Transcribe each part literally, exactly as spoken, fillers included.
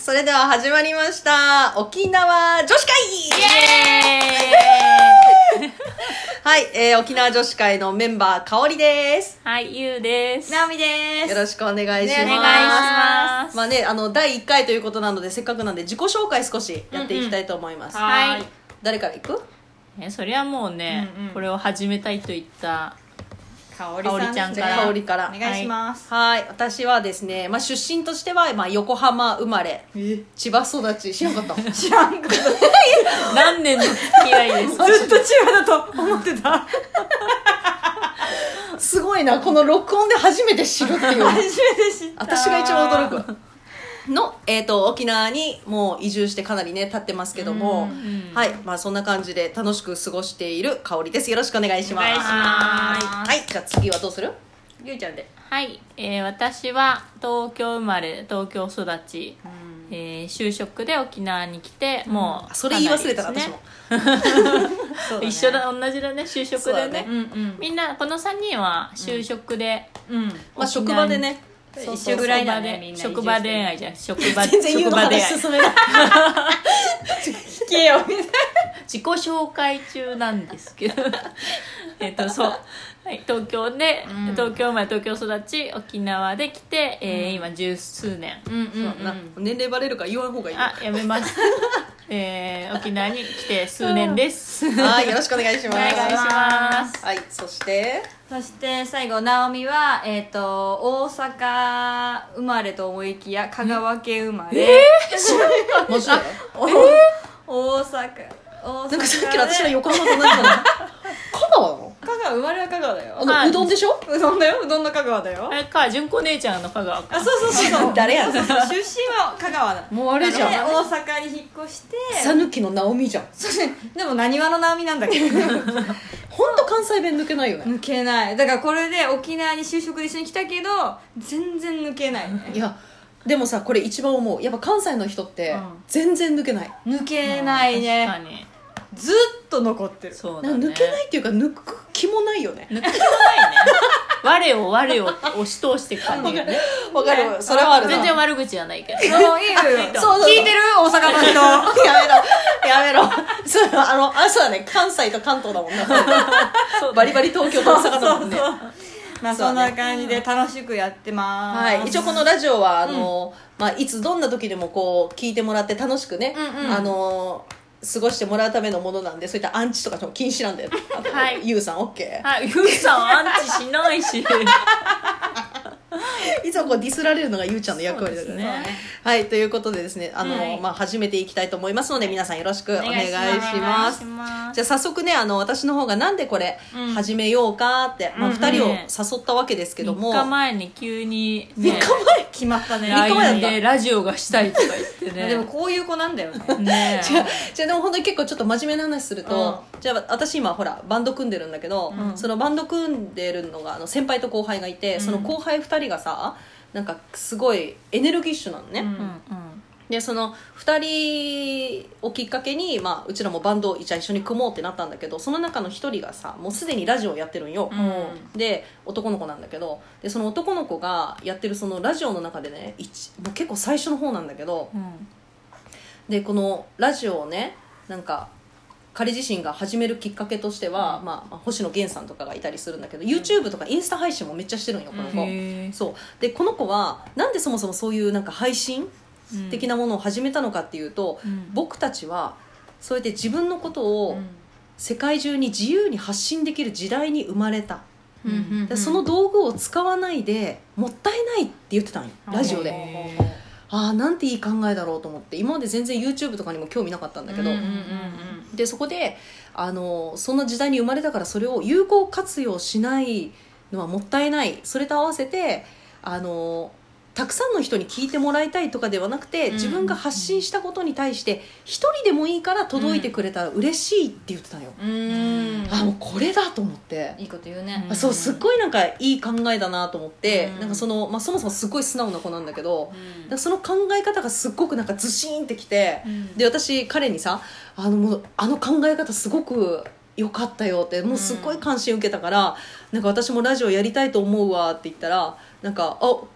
それでは始まりました沖縄女子会イエーイはい、えー、沖縄女子会のメンバーかおりです。 はい、ゆうです。 なおみです。 よろしくお願いします。お願いします。まあね、あのだいいっかいということなのでせっかくなんで自己紹介少しやっていきたいと思います。 うんうん、はい。 誰からいく？ えそれはもうね、うんうん、これを始めたいと言ったかおりさんちゃんから。 かおりからお願いします。 はい、はい私はですね、まあ、出身としては、まあ、横浜生まれ、千葉育ち。知らなかった知らんかった何年の付き合いですか？ ずっと千葉だと思ってたすごいな、この録音で初めて知るっていう初めて知った私が一番驚くの、えー、と沖縄にもう移住してかなりね経ってますけども、はい、まあ、そんな感じで楽しく過ごしているかおりです。よろしくお願いします。 お願いします。 はい、じゃあ次はどうする？ゆうちゃんで。 はい、えー、私は東京生まれ東京育ち、うんえー、就職で沖縄に来て、うん、もうそれ言い忘れたら、ね、私もそう、ね、一緒だ、同じだね、就職で ね, ね、 うんうん、 みんなこのさんにんは就職で、 うんうん、まあ、職場でねそうそう一緒ぐらいだね、みんな職場恋愛じゃん、職場全然言うの話進めない聞けよみたいな自己紹介中なんですけどえっとそう、はい、東京で、うん、東京生まれ東京育ち沖縄で来て、えーうん、今十数年、 うんうんうん、そうな年齢バレるから言わん方がいい。 あ、やめますえー、沖縄に来て数年ですはいよろしくお願いします。 お願いします。 はい、そしてそして最後なおみは、えー、と大阪生まれと思いきや香川県生まれ。 えー、知らなかった。マジで？ 大阪大阪なんかさっきの私の横浜と同じだな香川なの？ 香川生まれは香川だよ。 あのうどんでしょ？ うどんだよ、うどんの香川だよ。 あれか、純子姉ちゃんの香川か。 あ、そうそうそうそう誰やん出身は香川だ。 もうあれじゃん、 ね、大阪に引っ越して讃岐の直美じゃん。 でもなにわの直美なんだけどほんと関西弁抜けないよね。 抜けない。だからこれで沖縄に就職で一緒に来たけど全然抜けない、ね、 いやでもさ、これ一番思う、やっぱ関西の人って全然抜けない、 うん、抜けないね、 確かにずっと残ってる。 そうだね、 抜けないっていうか抜く気もないよね。 抜く気もないね我を我を押し通していく感じがね。 わかる、それはあるな。 全然悪口じゃないけどそういいよそう聞いてる大阪の人やめろやめろそうあのあそうだね、関西と関東だもんなそうバリバリ東京と大阪だもんね。 そうそうそうまあそんな感じで楽しくやってます、 はい、一応このラジオはあの、うんまあ、いつどんな時でもこう聞いてもらって楽しくね、うんうん、あの過ごしてもらうためのものなんで、そういったアンチとかも禁止なんだよ。はい、ゆうさん OK？ はい、ゆうさんアンチしないしいつもこうディスられるのがゆうちゃんの役割だから ね, ねはいということでですね、あの、はいまあ、始めていきたいと思いますので皆さんよろしくお願いします。じゃあ早速ね、あの私の方がなんでこれ始めようかって、うんまあ、ふたりを誘ったわけですけども、 みっかまえに急に、ね、 みっかまえ決まったね。 みっかまえでラジオがしたいとか言ってねでもこういう子なんだよねねじゃあじゃあでも本当に結構ちょっと真面目な話すると、うん、じゃあ私今ほらバンド組んでるんだけど、うん、そのバンド組んでるのがあの先輩と後輩がいて、うん、その後輩ふたりがさなんかすごいエネルギッシュなのね、うんうん、でそのふたりをきっかけに、まあ、うちらもバンドをじゃあ一緒に組もうってなったんだけど、その中のひとりがさもうすでにラジオをやってるんよ、うん、で男の子なんだけど、でその男の子がやってるそのラジオの中でね一もう結構最初の方なんだけど、うん、でこのラジオをねなんか彼自身が始めるきっかけとしては、うんまあ、星野源さんとかがいたりするんだけど、うん、YouTube とかインスタ配信もめっちゃしてるんよこの子、うん、そうでこの子はなんでそもそもそういうなんか配信的なものを始めたのかっていうと、うん、僕たちはそうやって自分のことを世界中に自由に発信できる時代に生まれた、うん、でその道具を使わないでもったいないって言ってたんよラジオで。ああなんていい考えだろうと思って、今まで全然 YouTube とかにも興味なかったんだけど、うんうんうんうん、でそこであのそんな時代に生まれたからそれを有効活用しないのはもったいない、それと合わせてあのたくさんの人に聞いてもらいたいとかではなくて、自分が発信したことに対して一人でもいいから届いてくれたら嬉しいって言ってたよ、うん、あもうこれだと思って。 いいこと言うね。 そうすっごいなんかいい考えだなと思って、うんなんかそのまあ、そもそもすごい素直な子なんだけど、うん、その考え方がすっごくなんかズシーンってきて、うん、で私彼にさあのもうあの考え方すごくよかったよってもうすっごい関心受けたから、うん、なんか私もラジオやりたいと思うわって言ったらなんかあ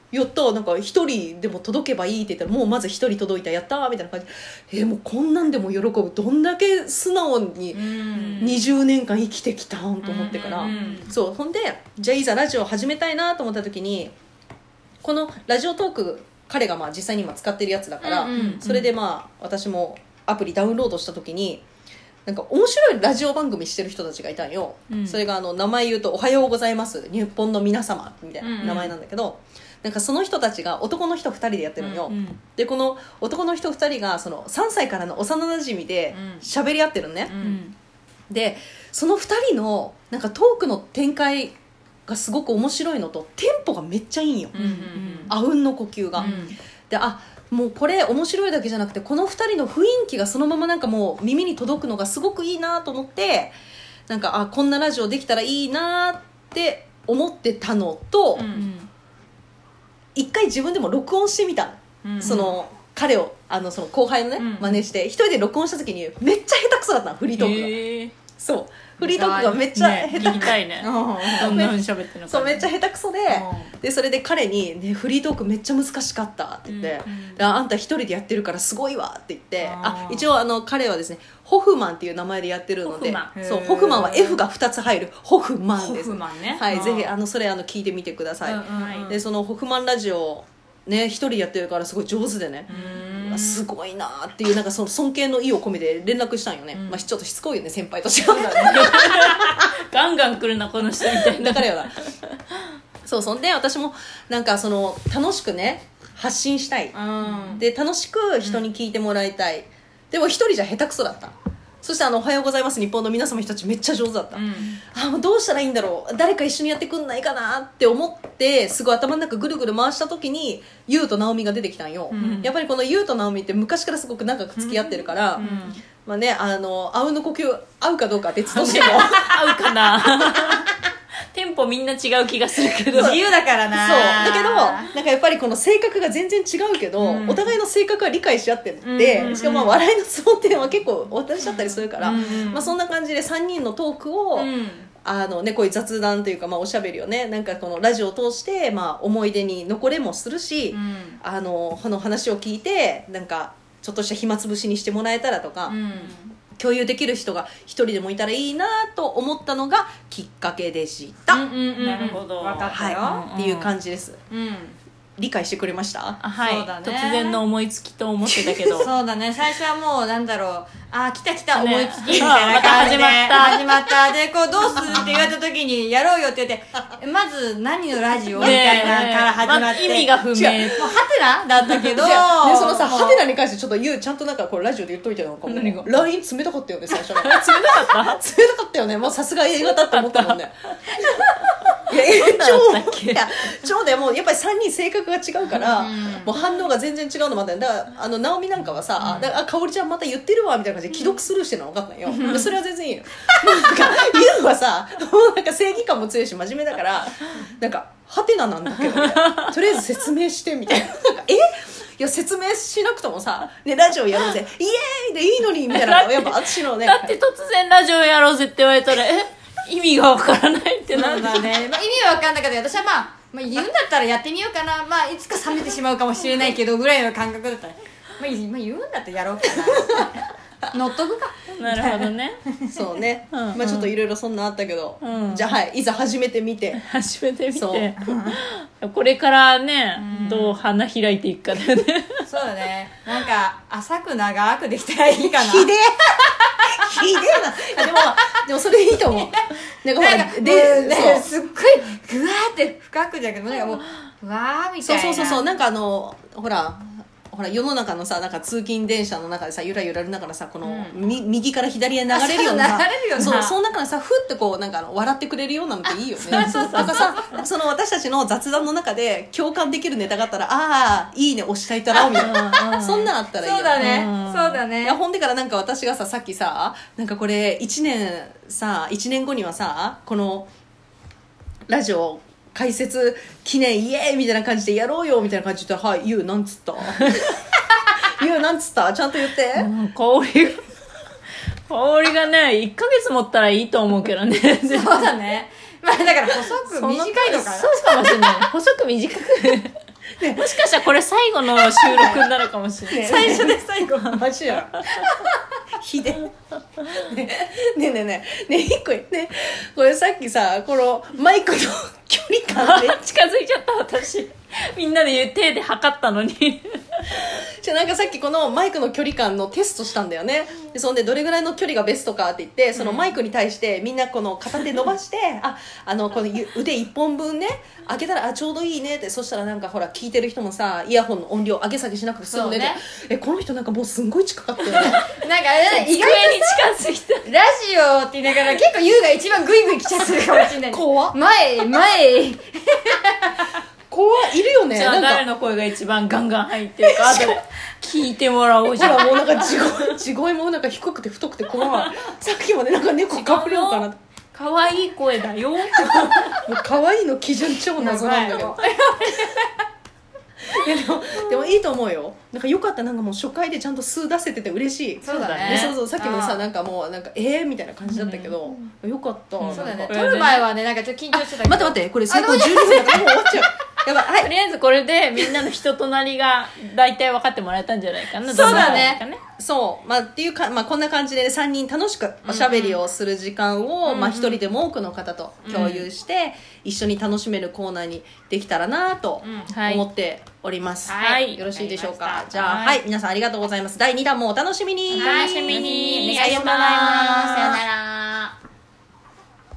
やったなんか一人でも届けばいいって言ったらもうまず一人届いたやったーみたいな感じで、えー、もうこんなんでも喜ぶどんだけ素直ににじゅうねんかん生きてきたんと思ってから、そうほんでじゃあいざラジオ始めたいなと思った時にこのラジオトーク彼がまあ実際に今使ってるやつだから、うんうんうん、それでまあ私もアプリダウンロードした時になんか面白いラジオ番組してる人たちがいたんよ、うん、それがあの名前言うとおはようございます日本の皆様みたいな名前なんだけど、うんうん、なんかその人たちが男の人ふたりでやってるのよ、うんうん、でこの男の人ふたりがそのさんさいからの幼なじみで喋り合ってるのね、うん、でそのふたりのなんかトークの展開がすごく面白いのとテンポがめっちゃいいんよ、うんうんうん、あうんの呼吸が、うん、であもうこれ面白いだけじゃなくてこのふたりの雰囲気がそのままなんかもう耳に届くのがすごくいいなと思ってなんかあこんなラジオできたらいいなって思ってたのと、うん、一回自分でも録音してみた、うん、その彼をあのその後輩のね、うん、真似して一人で録音した時にめっちゃ下手くそだったのフリートークが、えー、そうフリートークがめっちゃ下手くそ、ね、聞きたいねどんな風に喋ってるのか、ね、そうめっちゃ下手くそで、うん、でそれで彼に、ね、フリートークめっちゃ難しかったって言って、うん、あ, あんた一人でやってるからすごいわって言ってあ一応あの彼はですねホフマンっていう名前でやってるのでホフマンそうホフマンは F がふたつ入るホフマンです、ホフマンね、はい、ぜひあのそれあの聞いてみてください、うんうん、でそのホフマンラジオね一人やってるからすごい上手でねすごいなっていうなんかその尊敬の意を込めて連絡したんよね、うんまあ、ちょっとしつこいよね先輩と違うんだねガンガン来るなこの人みたいなだからよなそうそんで私もなんかその楽しくね発信したい、うん、で楽しく人に聞いてもらいたい、うん、でも一人じゃ下手くそだったそしてあのおはようございます日本の皆様人たちめっちゃ上手だった、うん、あどうしたらいいんだろう誰か一緒にやってくんないかなって思ってすごい頭の中ぐるぐる回した時にユウとナオミが出てきたんよ、うん、やっぱりこのユウとナオミって昔からすごく長く付き合ってるから、うんうんまあね、あのあうんの呼吸合うかどうかは別としても合うかなテンポみんな違う気がするけど自由だからなそうだけどなんかやっぱりこの性格が全然違うけど、うん、お互いの性格は理解し合ってて、うん、しかもまあ笑いのツボっていうのは結構私だったりするから、うんまあ、そんな感じでさんにんのトークを、うんあのね、こういう雑談というか、まあ、おしゃべりをねなんかこのラジオを通して、まあ、思い出に残れもするし、うん、あのこの話を聞いてなんかちょっとした暇つぶしにしてもらえたらとか、うん共有できる人が一人でもいたらいいなと思ったのがきっかけでした、うんうんうん、 なるほど分かったよ、はい、っていう感じです、うん、理解してくれました？ はいそうだね、突然の思いつきと思ってたけどそうだね最初はもうなんだろうあ来た来た思いつきみたいな感じで、ね、また始まった始まったでこうどうするって言われた時にやろうよって言ってまず何のラジオみたいなから始まって、まあ、意味が不明もうハテナだったけどでそのさハテナに関してちょっと言うちゃんとなんかこれラジオで言っといてなんかもう ライン 冷たかったよね最初冷たかった冷たかったよねもうさすが A 型って思ったもんねいや超いや超でもうやっぱりさんにん性格が違うから、うん、もう反応が全然違うのもあっただからあの直美なんかはさ、うん、だからあかおりちゃんまた言ってるわみたいな感じで既読スルーしてるの分かったんよ、うん、それは全然いいよなんかユウはさもうなんか正義感も強いし真面目だからなんかハテナなんだけどとりあえず説明してみたいななんかえいや説明しなくともさ、ね、ラジオやろうぜイエーイでいいのにみたいなのやっぱ私のねだって突然ラジオやろうぜって言われたらえ意味がわからないってなんだね、まあ、意味はわかんないけど私はまあ、まあ、言うんだったらやってみようかなまあいつか冷めてしまうかもしれないけどぐらいの感覚だったら、まあ、言うんだったらやろうかな乗っとくかなるほどねそうね、うんうん、まあちょっといろいろそんなあったけど、うん、じゃあはいいざ始めてみて始めてみてこれからね、うん、どう花開いていくかだよねそうだねなんか浅く長くできたらいいかなひでえひでえなでもでもそれでいいと思うなんかほらなんかで、ね、すっごいぐわーって深くじゃなくてなんかもううわーみたいなそうそうそうそうなんかあのほらほら世の中のさなんか通勤電車の中でさゆらゆらりながらさこの、うん、み右から左へ流れるようなさそうその中でさふってこうなんかあの笑ってくれるようなのっていいよねそうそうそうだからさその私たちの雑談の中で共感できるネタがあったらああいいね押したいたらみたいなそんなんあったらいいよそうだね、うん、そうだねいやほんでからなんか私がささっきさなんかこれいちねんさいちねんごにはさこのラジオ解説記念イエーイみたいな感じでやろうよみたいな感じで言ったらはいユウなんつったユウなんつったちゃんと言って、 うん、香りが香りがねいっかげつ持ったらいいと思うけどねそうだねまあだから細く短いのかなそうかもしれない細く短くね、もしかしたらこれ最後の収録になるかもしれない、 ね、最初で最後マジやひでねねねねねね一個ねこれさっきさこのマイクの距離感で近づいちゃった私みんなで手で測ったのにじゃなんかさっきこのマイクの距離感のテストしたんだよね。でそんでどれぐらいの距離がベストかって言ってそのマイクに対してみんなこの片手伸ばしてああのこの腕いっぽんぶんね開けたらあちょうどいいねって。そしたらなんかほら聞いてる人もさイヤホンの音量上げ下げしなくて済むねって、ね、えこの人なんかもうすんごい近かったよねなんかあれ意外と近づいたラジオって言いながら結構優が一番グイグイ来ちゃってるかもしれない怖っ前前怖いるよね。 じゃあ誰の声が一番ガンガン入ってるか後で聞いてもらおうじゃん。 ほらもうなんか地声地声もなんか低くて太くて怖い。さっきまでなんか猫かぶれようかな。 可愛い声だよ。もう可愛いの基準超謎なんだけど。いやでもでもいいと思うよ。なんかよかった。なんかもう初回でちゃんと数出せてて嬉しい。 そうだね。 そうそうさっきもさなんかもうなんかえーみたいな感じだったけど、うん、よかった。 そうだね。撮る前はねなんかちょっと緊張してたけど。 待って待ってこれ最高じゅうにふんだからもう終わっちゃう。やばい、はい、 とりあえずこれでみんなの人となりが大体分かってもらえたんじゃないかな。 そうだね。 そうまあっていうかまあこんな感じで、ね、さんにん楽しくおしゃべりをする時間を、うんうん、まあ一人でも多くの方と共有して、うん、一緒に楽しめるコーナーにできたらなと思っております、 うんはい、 よろしいでしょうか。じゃあ、はい、はい、皆さんありがとうございます。だいにだんもお楽しみに。 お楽しみに。 お願いします。さよなら。